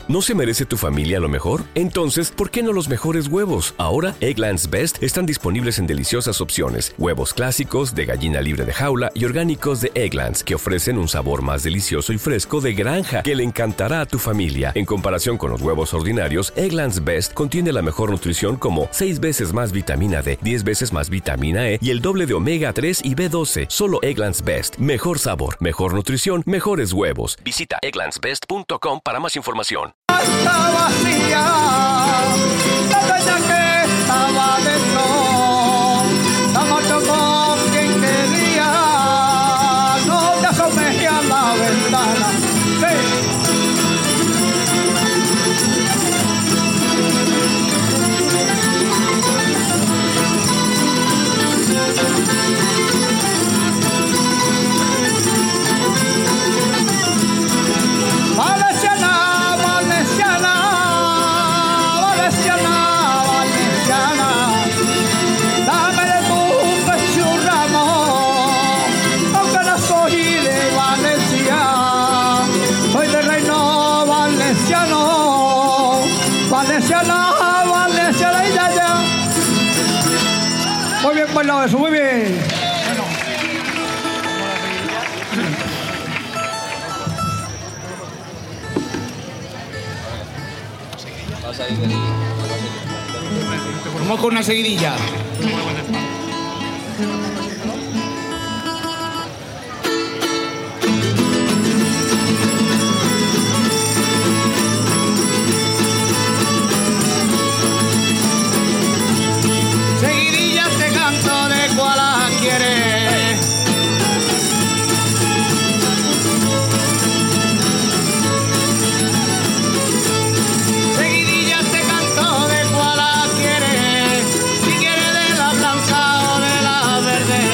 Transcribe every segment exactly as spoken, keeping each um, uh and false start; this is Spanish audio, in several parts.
¿No se merece tu familia lo mejor? Entonces, ¿por qué no los mejores huevos? Ahora, Eggland's Best están disponibles en deliciosas opciones. Huevos clásicos, de gallina libre de jaula y orgánicos de Eggland's, que ofrecen un sabor más delicioso y fresco de granja que le encantará a tu familia. En comparación con los huevos ordinarios, Eggland's Best contiene la mejor nutrición como seis veces más vitamina D, diez veces más vitamina E y el doble de omega tres y B doce. Solo Eggland's Best. Mejor sabor, mejor nutrición, mejores huevos. Visita egglands best punto com para más información. Está vacía, la dueña que estaba dentro, la mató con quien quería, no te asomes a la ventana. Sí. Valenciana, Valenciana, Valenciana, Valenciana, dame de tu pecho un ramo, aunque no soy de Valencia, soy de reino valenciano, Valenciana, Valenciana y ya, ya. Muy bien, bailado eso, muy bien. Te formó con una seguidilla. Seguidilla te canto de cuál la quieres. Seguidilla te canto de cuál la quieres. Si quieres de la blanca o de la verde.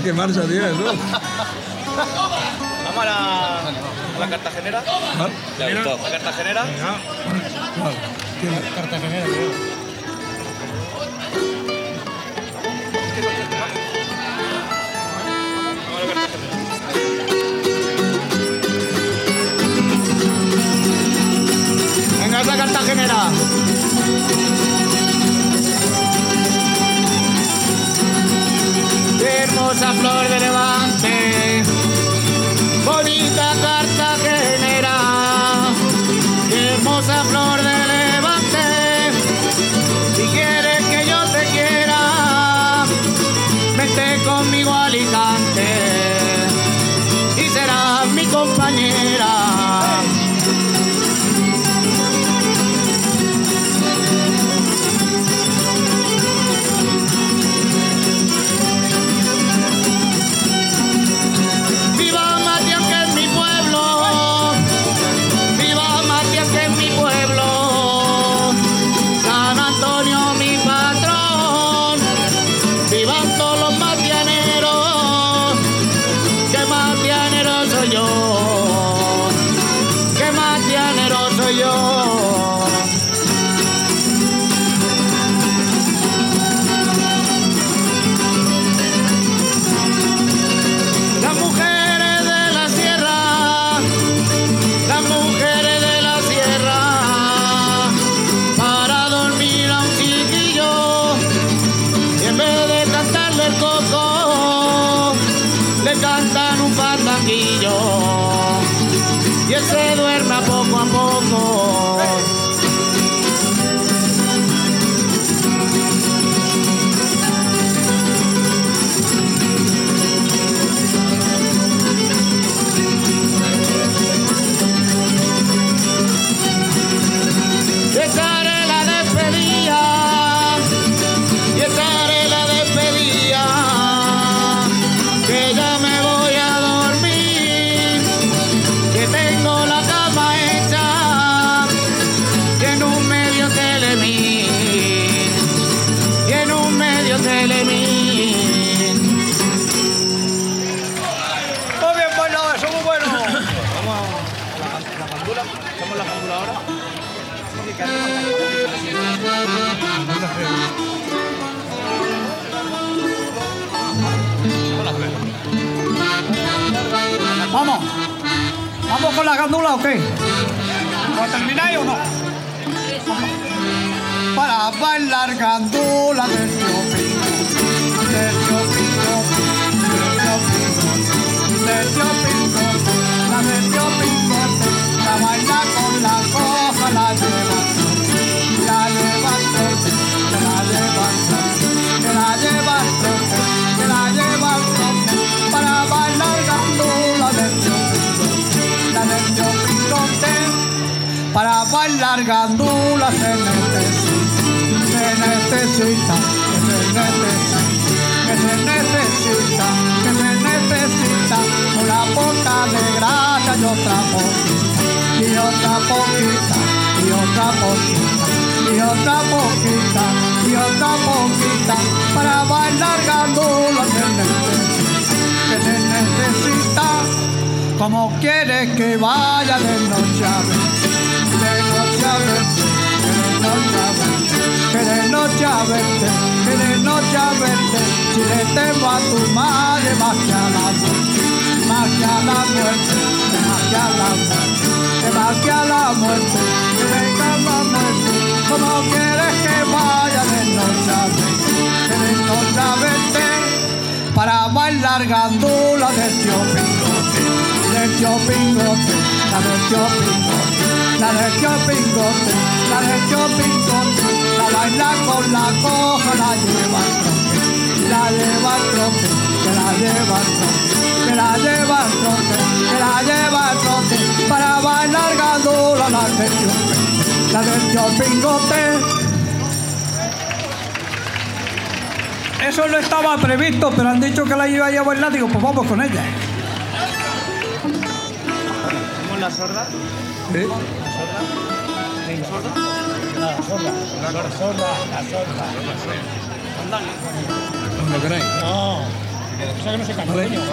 qué marcha tienes, ¿no? Vamos a la, a la cartagenera. ¿Ah? ¿Le gustó? ¿La cartagenera? Vale. ¿Quién? Cartagenera, creo. Venga, esa cartagenera. Qué hermosa flor de levante, bonita cartagenera. Qué hermosa flor de levante, si quieres que yo te quiera, vete conmigo a Alicante y serás mi compañera. Cantan un fandanguillo y él se duerme poco a poco. Y estaré la despedida, y estaré la despedida, que ya me voy a dormir, que tengo la cama hecha, y en un medio telemín, y en un medio telemín. Muy bien bailado, eso muy bueno. Vamos a la, la pandula. ¿Echamos la pandula ahora? Vamos. ¿Vamos con la gandula o qué? ¿Lo termináis o no? Para bailar gandula del tío Pingo, del tío Pingo, del tío Pingo, del tío Pingo, la del tío Pingo, la baila con la coja, la lleva, la lleva al trote, que la lleva al trote, que la lleva al trote, que la lleva al trote, para bailar gandula del tío Pingo, la del tío Pingote, para bailar gandulas en este sitio, se necesita, que se necesita, que se necesita, que se necesita una poca de grasa y otra poquita, y otra poquita, y otra poquita, y otra poquita, y otra poquita, para bailar gandulas se necesita, que se necesita, como quieres que vaya de noche a ver. De noche a verte, que de noche a verte, que de noche a verte, si le temo a tu madre más que a la muerte, más que a la muerte, más que a la muerte, más que a la muerte, que venga la muerte, como quieres que vaya de noche a verte, que de noche a verte, para bailar gandula del tío Pingote, del tío Pingote, la del tío Pingote. La del tío Pingote, la del tío Pingote, la baila con la coja, la lleva al trote, la lleva al trote, que la lleva al trote, que la lleva al trote, que la lleva al trote, para bailar gandula, la del tío Pingote, la del tío Pingote. Eso no estaba previsto, pero han dicho que la iba a llevar bailar, digo, pues vamos con ella. ¿Hacemos la sorda? ¿Sí? ¿La sorda? ¿La sorda? La sorda. La sorda. La sorda. Cuando queráis. No. O sea que no se canta, A ver. coño.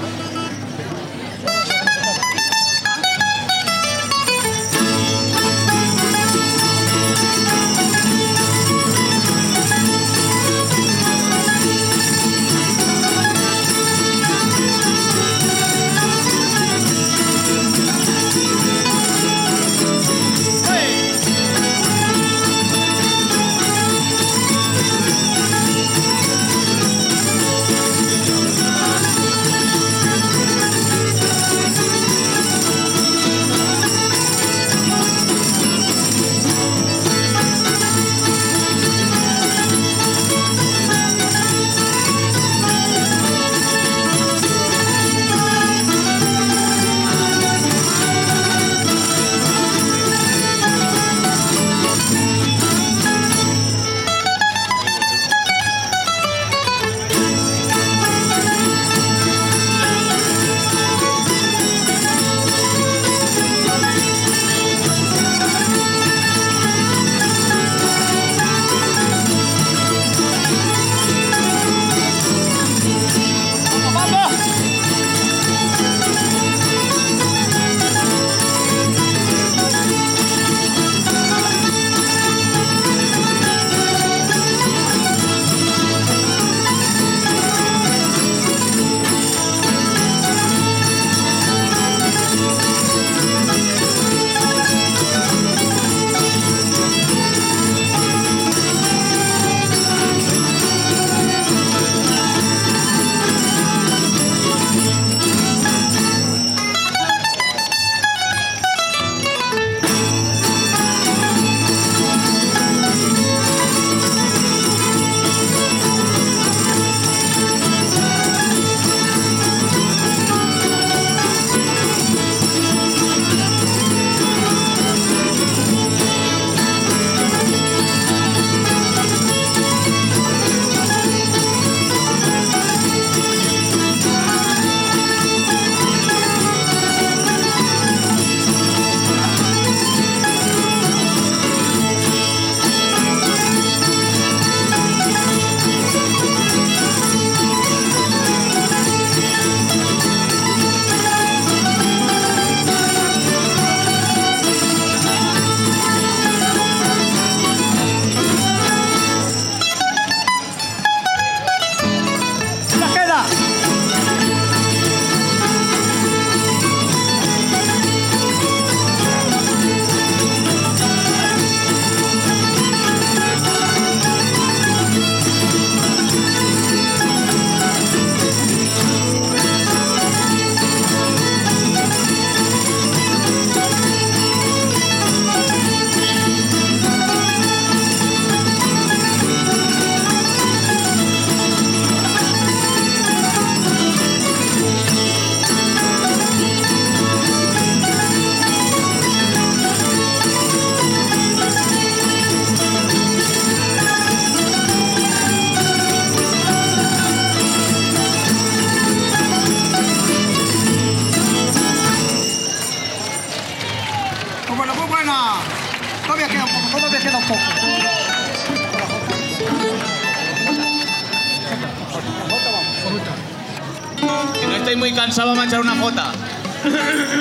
Si no estoy muy cansado, vamos a echar una jota. Pero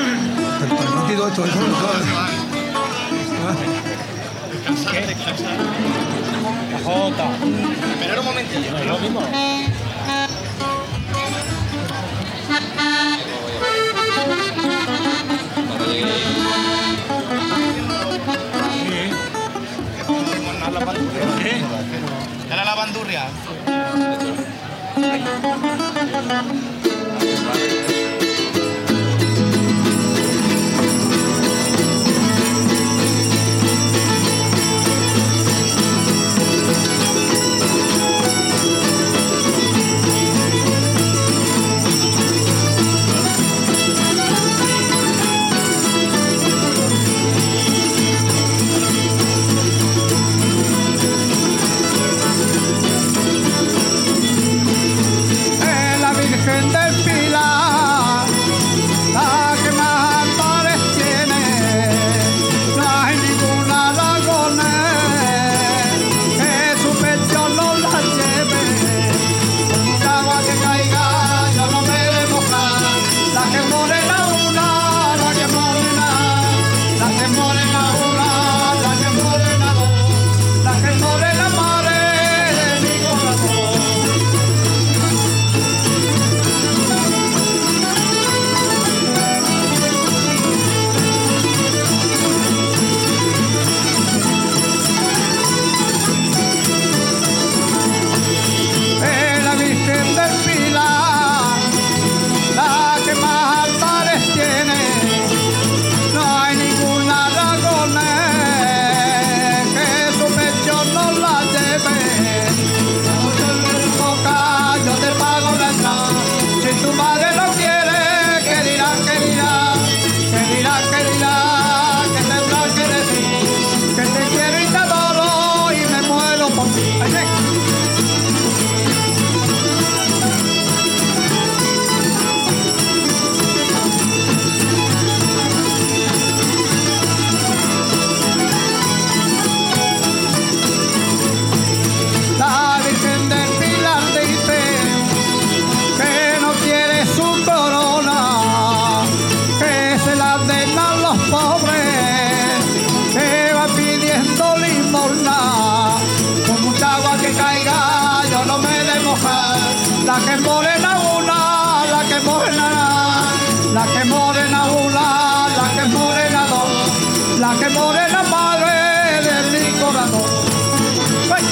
rápido esto, eso no sabes. Descansar, descansar. La jota. Esperar un momentillo. No es lo mismo. Era la bandurria. La Virgen morena madre de mi corazón. ¡Ay!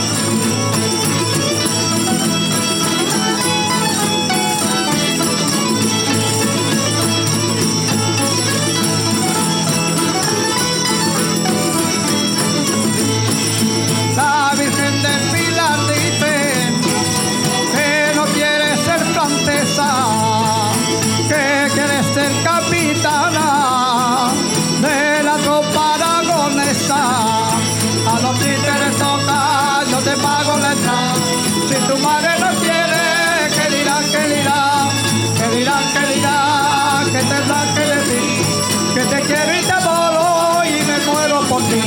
La Virgen del Pilar dice que no quiere ser francesa, que quiere ser capitana de la tropa aragonesa. A los títeres toca, yo te pago la entrada. Si tu madre no quiere, que dirá, que dirá, que dirá, que dirá, que tendrá que decir, que te quiero y te adoro y me muero por ti.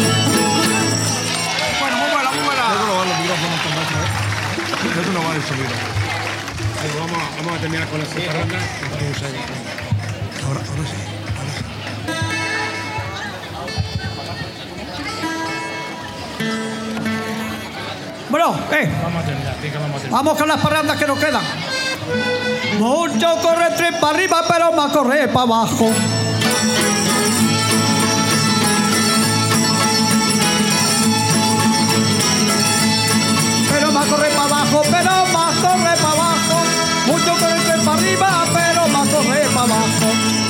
Bueno, muy buena, muy buena. Yo creo que va los micrófonos con otra vez. Eso no va el sonido. Pero vamos, a- vamos a terminar con la sexta ronda. Ahora, ahora sí. Ahora sí. Bueno, eh, Vamos a terminar, sí que vamos a terminar. vamos con las parrandas que nos quedan. Mucho corre tres para arriba, pero más corre para abajo. Pero más corre para abajo, pero más corre para abajo. Mucho corre tres para arriba, pero más corre para abajo.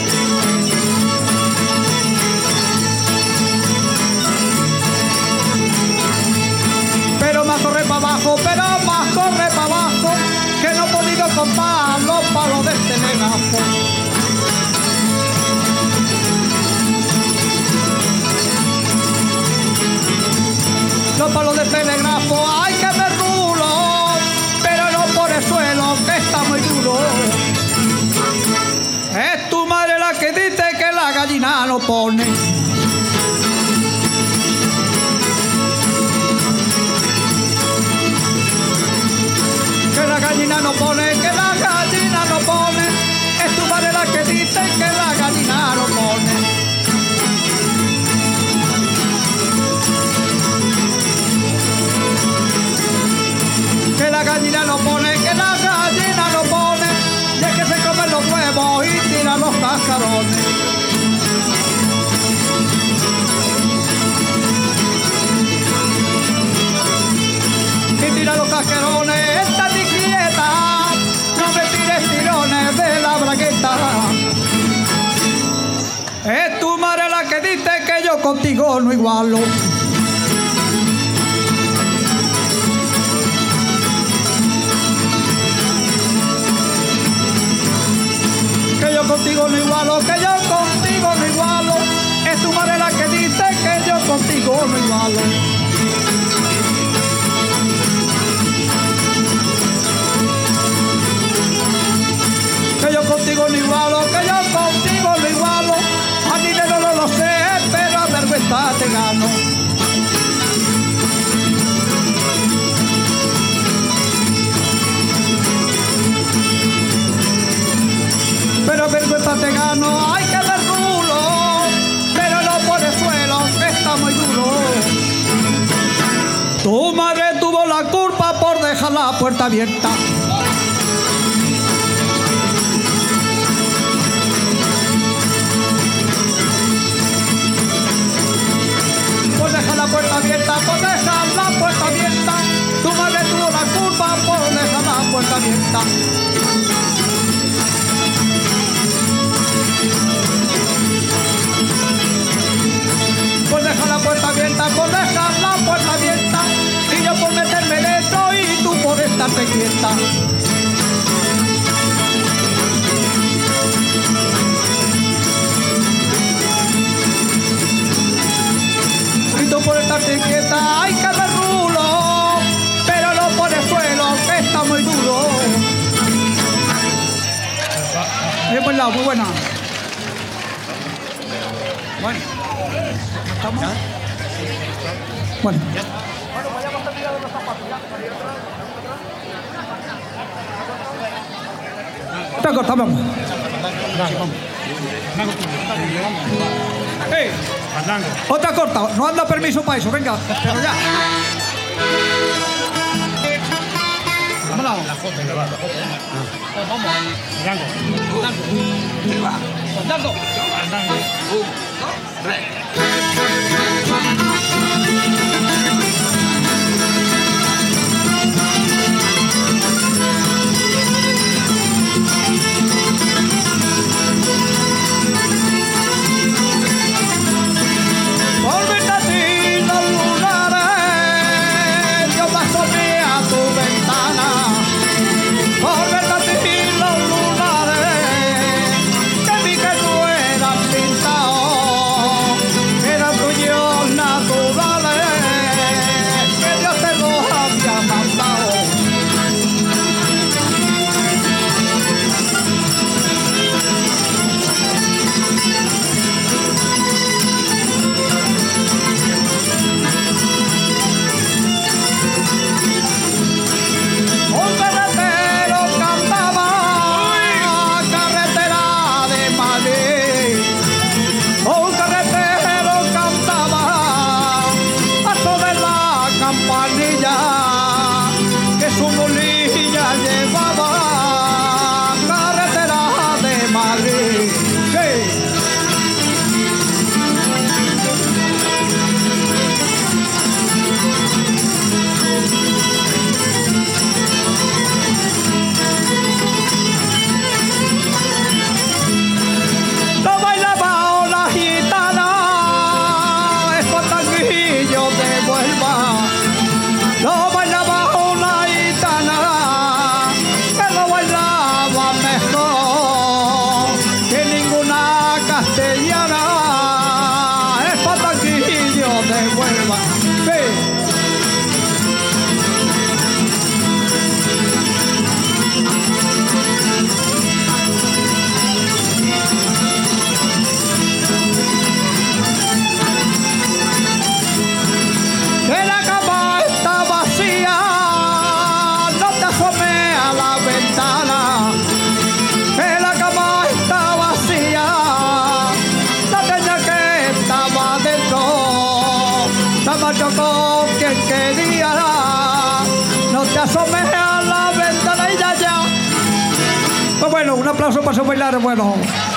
Pero más corre para abajo, pero más corre para abajo, que no he podido contar los palos del telegrafo. Los palos del telegrafo hay que ver rulo, pero no por el suelo, que está muy duro. Es tu madre la que dice que la gallina no pone. Que la gallina no pone, que la gallina no pone. Es tu madre la que dice que la gallina no pone. Que la gallina no pone, que la gallina no pone. Y es que se comen los huevos y tiran los cascarones. Y tira los cascarones, esta quieta, no me tires tirones de la bragueta. Es tu madre la que dice que yo contigo no igualo. Que yo contigo no igualo, que yo contigo no igualo. Es tu madre la que dice que yo contigo no igualo. Que yo contigo no igualo, que yo contigo no igualo. A dinero no lo sé, pero a vergüenza te gano. Pero a vergüenza te gano, hay que ver rulo, pero no por el suelo, que está muy duro. Tu madre tuvo la culpa por dejar la puerta abierta. Por dejar la puerta abierta, por dejar la puerta abierta. Tu madre tuvo la culpa por dejar la puerta abierta. Por dejar la puerta abierta, por dejar la puerta abierta. Y yo por meterme dentro y tú por estarte quieta. Y tú por estarte quieta, hay que ver rulo, pero no por el suelo, que está muy duro. Muy buen lado, muy buena. Bueno. ¿Estamos? Bueno. Otra corta, vamos. ¡Ey! Otra corta, no anda permiso para eso, venga, pero ya. Vámonos. Vamos. Vamos. Bueno, un aplauso para su bailar, bueno,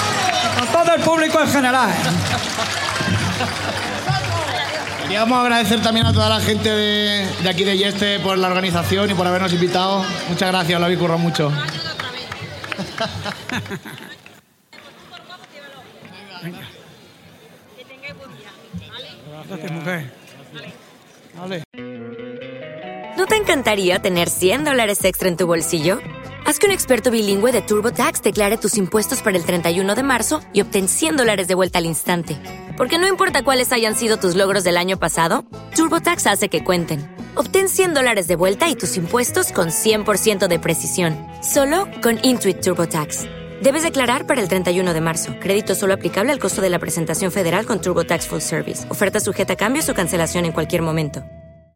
a todo el público en general. Queríamos agradecer también a toda la gente de, de aquí de Yeste por la organización y por habernos invitado. Muchas gracias, lo habéis currado mucho. Gracias, mujer. Vale. ¿No te encantaría tener cien dólares extra en tu bolsillo? Haz que un experto bilingüe de TurboTax declare tus impuestos para el treinta y uno de marzo y obtén cien dólares de vuelta al instante. Porque no importa cuáles hayan sido tus logros del año pasado, TurboTax hace que cuenten. Obtén cien dólares de vuelta y tus impuestos con cien por ciento de precisión. Solo con Intuit TurboTax. Debes declarar para el treinta y uno de marzo. Crédito solo aplicable al costo de la presentación federal con TurboTax Full Service. Oferta sujeta a cambios o cancelación en cualquier momento.